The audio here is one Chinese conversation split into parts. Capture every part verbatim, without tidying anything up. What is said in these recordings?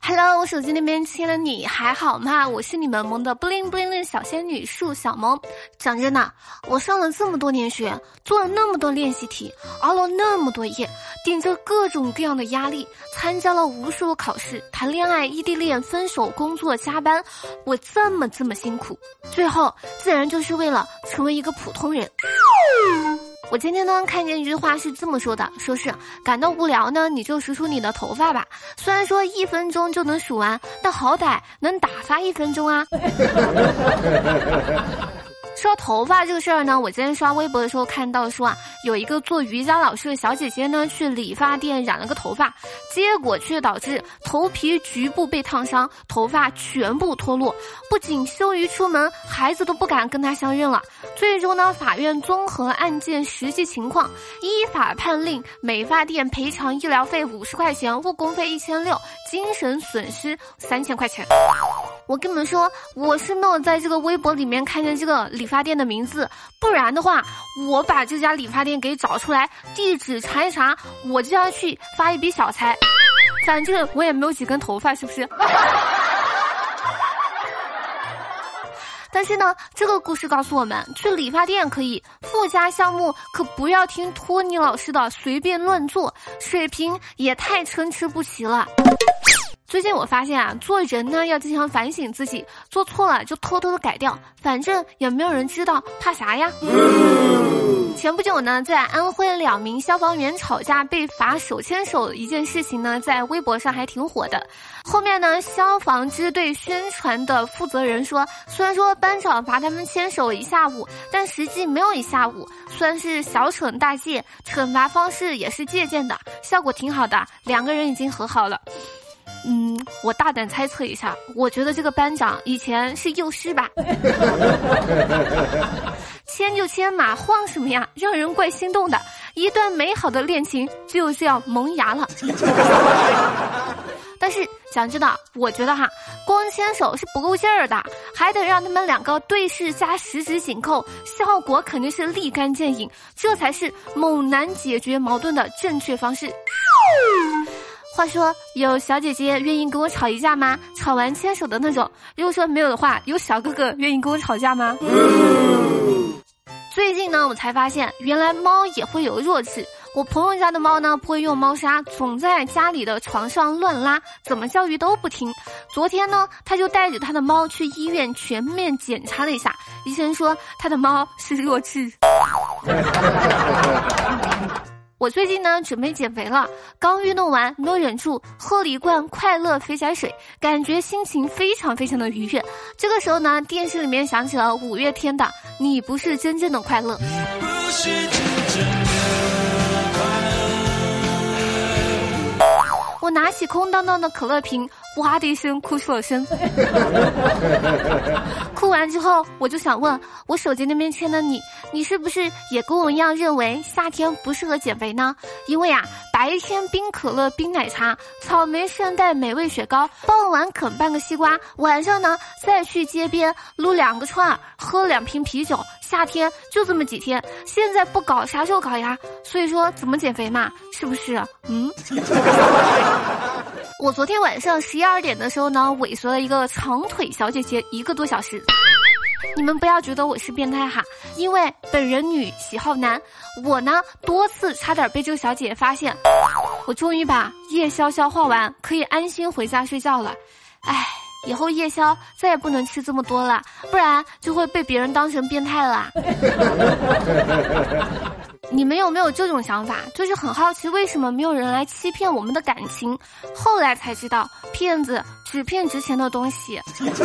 Hello， 我手机那边亲了你还好吗？我是你们萌的 bling bling 的小仙女树小萌。讲真的，我上了这么多年学，做了那么多练习题，熬了那么多夜，顶着各种各样的压力，参加了无数的考试，谈恋爱、异地恋、分手、工作、加班，我这么这么辛苦，最后自然就是为了成为一个普通人。我今天呢看见一句话是这么说的，说是感到无聊呢，你就数数你的头发吧。虽然说一分钟就能数完，但好歹能打发一分钟啊。说头发这个事儿呢，我今天刷微博的时候看到说啊，有一个做瑜伽老师的小姐姐呢，去理发店染了个头发，结果却导致头皮局部被烫伤，头发全部脱落，不仅羞于出门，孩子都不敢跟她相认了。最终呢，法院综合案件实际情况，依法判令美发店赔偿医疗费五十块钱，误工费一千六，精神损失三千块钱。我跟你们说，我是没有在这个微博里面看见这个理发店的名字，不然的话，我把这家理发店给找出来，地址查一查，我就要去发一笔小财。反正我也没有几根头发，是不是？但是呢，这个故事告诉我们，去理发店可以，附加项目可不要听托尼老师的随便乱做，水平也太参差不齐了。最近我发现啊，做人呢要经常反省自己，做错了就偷偷的改掉，反正也没有人知道，怕啥呀？嗯、前不久呢，在安徽两名消防员吵架被罚手牵手一件事情呢，在微博上还挺火的。后面呢，消防支队宣传的负责人说，虽然说班长罚他们牵手一下午，但实际没有一下午，算是小惩大戒，惩罚方式也是借鉴的，效果挺好的，两个人已经和好了。嗯，我大胆猜测一下，我觉得这个班长以前是幼师吧。牵就牵嘛，慌什么呀？让人怪心动的，一段美好的恋情就这样萌芽了。但是讲真的，我觉得哈，光牵手是不够劲儿的，还得让他们两个对视加十指紧扣，效果肯定是立竿见影，这才是猛男解决矛盾的正确方式。话说，有小姐姐愿意跟我吵一架吗？吵完牵手的那种。如果说没有的话，有小哥哥愿意跟我吵架吗？嗯、最近呢，我才发现原来猫也会有弱智。我朋友家的猫呢，不会用猫砂，总在家里的床上乱拉，怎么教育都不听。昨天呢，他就带着他的猫去医院全面检查了一下，医生说他的猫是弱智。我最近呢准备减肥了，刚运动完没有忍住，喝了一罐快乐肥仔水，感觉心情非常非常的愉悦。这个时候呢，电视里面响起了五月天的《你不是真正的快乐》。我拿起空荡荡的可乐瓶，哇的一声哭出了声。哭完之后，我就想问我手机那边牵的你，你是不是也跟我一样认为夏天不适合减肥呢？因为啊，白天冰可乐、冰奶茶，草莓圣代美味雪糕，傍晚啃半个西瓜，晚上呢再去街边撸两个串儿，喝两瓶啤酒。夏天就这么几天，现在不搞啥时候搞呀？所以说怎么减肥嘛？是不是？嗯。我昨天晚上十一二点的时候呢，尾随了一个长腿小姐姐一个多小时。你们不要觉得我是变态哈，因为本人女喜好男，我呢多次差点被这个小姐姐发现。我终于把夜宵消化完，可以安心回家睡觉了。唉，以后夜宵再也不能吃这么多了，不然就会被别人当成变态了。你们有没有这种想法，就是很好奇为什么没有人来欺骗我们的感情，后来才知道骗子只骗值钱的东西。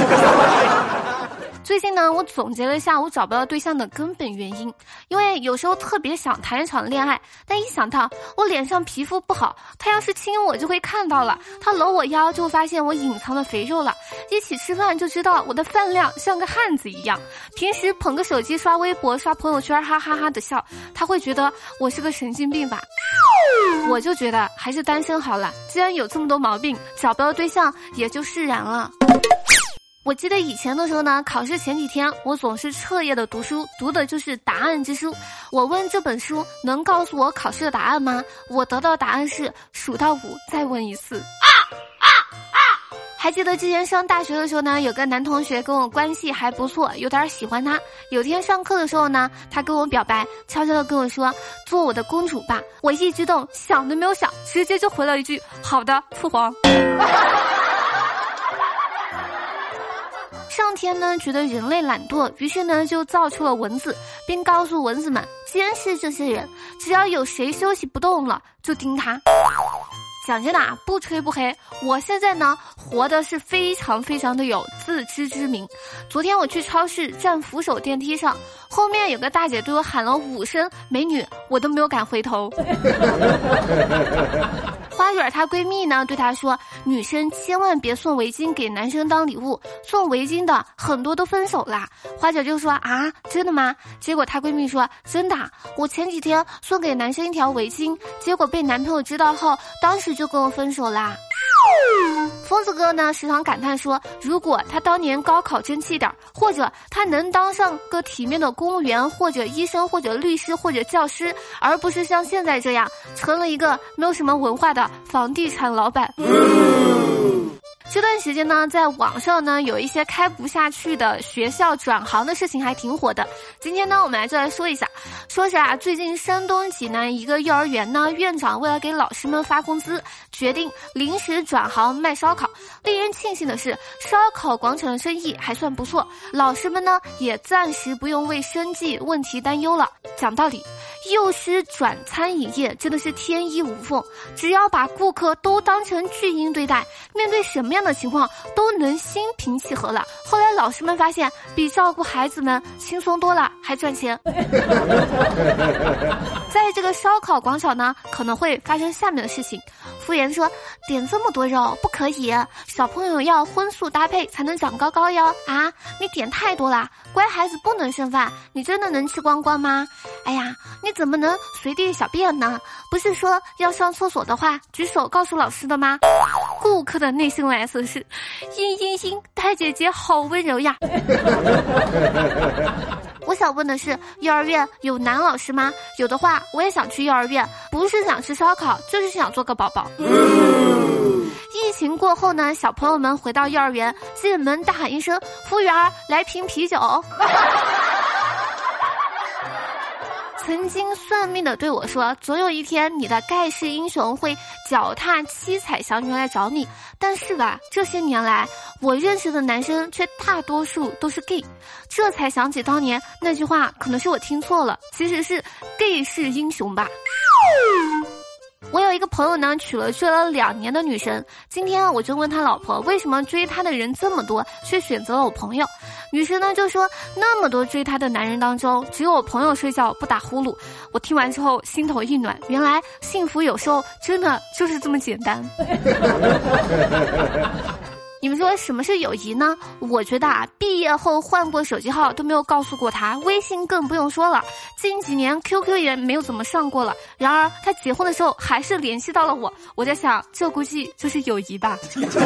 最近呢，我总结了一下我找不到对象的根本原因，因为有时候特别想谈一场恋爱，但一想到我脸上皮肤不好，他要是亲我就会看到了，他搂我腰就发现我隐藏的肥肉了，一起吃饭就知道我的饭量像个汉子一样，平时捧个手机刷微博刷朋友圈哈哈哈的笑，他会觉得我是个神经病吧。我就觉得还是单身好了，既然有这么多毛病，找不到对象也就释然了。我记得以前的时候呢，考试前几天我总是彻夜的读书，读的就是答案之书。我问这本书能告诉我考试的答案吗？我得到答案是数到五再问一次。啊啊啊还记得之前上大学的时候呢，有个男同学跟我关系还不错，有点喜欢他。有天上课的时候呢，他跟我表白，悄悄的跟我说做我的公主吧。我一激动，想都没有想，直接就回了一句好的，父皇。上天呢觉得人类懒惰，于是呢就造出了蚊子，并告诉蚊子们监视这些人，只要有谁休息不动了，就叮他。讲真的啊，不吹不黑，我现在呢活的是非常非常的有自知之明。昨天我去超市站扶手电梯上，后面有个大姐对我喊了五声美女，我都没有敢回头。花卷她闺蜜呢对她说，女生千万别送围巾给男生当礼物，送围巾的很多都分手啦。花卷就说啊，真的吗？结果她闺蜜说真的，我前几天送给男生一条围巾，结果被男朋友知道后，当时就跟我分手啦。疯子哥呢时常感叹说，如果他当年高考争气点，或者他能当上个体面的公务员或者医生或者律师或者教师，而不是像现在这样成了一个没有什么文化的房地产老板。这段时间呢，在网上呢有一些开不下去的学校转行的事情还挺火的。今天呢，我们来就来说一下，说是啊，最近山东济南一个幼儿园呢，院长为了给老师们发工资，决定临时转行卖烧烤。令人庆幸的是，烧烤广场的生意还算不错，老师们呢也暂时不用为生计问题担忧了。讲道理，幼师转餐饮业真的是天衣无缝，只要把顾客都当成巨婴对待，面对什么样的情况都能心平气和了。后来老师们发现，比照顾孩子们轻松多了，还赚钱。在这个烧烤广场呢，可能会发生下面的事情。服务员说，点这么多肉不可以，小朋友要荤素搭配才能长高高哟。啊，你点太多啦，乖孩子不能剩饭，你真的能吃光光吗？哎呀，你怎么能随地小便呢？不是说要上厕所的话举手告诉老师的吗？顾客的内心 O S 是，嘤嘤嘤，太姐姐好温柔呀。我想问的是，幼儿园有男老师吗？有的话，我也想去幼儿园，不是想吃烧烤，就是想做个宝宝。疫情过后呢，小朋友们回到幼儿园，进门大喊一声，服务员来瓶啤酒。曾经算命的对我说，总有一天你的盖世英雄会脚踏七彩祥云来找你。但是吧，这些年来我认识的男生却大多数都是 gay， 这才想起当年那句话，可能是我听错了，其实是 gay 是英雄吧。我有一个朋友呢，娶了追了两年的女神。今天我就问他老婆，为什么追他的人这么多，却选择了我朋友？女神呢就说，那么多追他的男人当中，只有我朋友睡觉不打呼噜。我听完之后心头一暖，原来幸福有时候真的就是这么简单。你们说什么是友谊呢？我觉得啊，毕业后换过手机号都没有告诉过他，微信更不用说了，近几年 Q Q 也没有怎么上过了。然而他结婚的时候还是联系到了我，我在想，这估计就是友谊吧。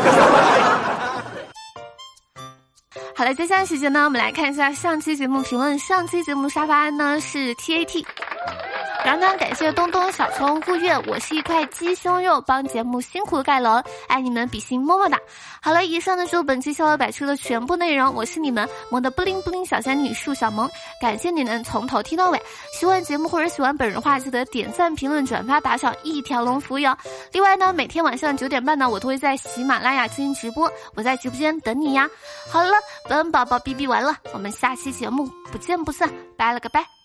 好了，接下来时间呢，我们来看一下上期节目评论。上期节目沙发呢是 T A T。然后呢，感谢东东、小葱、顾月，我是一块鸡胸肉，帮节目辛苦盖楼，爱你们比心么么哒。好了，以上呢就是本期笑料百出的全部内容，我是你们萌的不灵不灵小仙女树小萌，感谢你能从头听到尾。喜欢节目或者喜欢本人的话，记得点赞、评论、转发、打赏，一条龙服务哟。另外呢，每天晚上九点半呢，我都会在喜马拉雅进行直播，我在直播间等你呀。好了，本宝宝哔哔完了，我们下期节目不见不散，拜了个拜。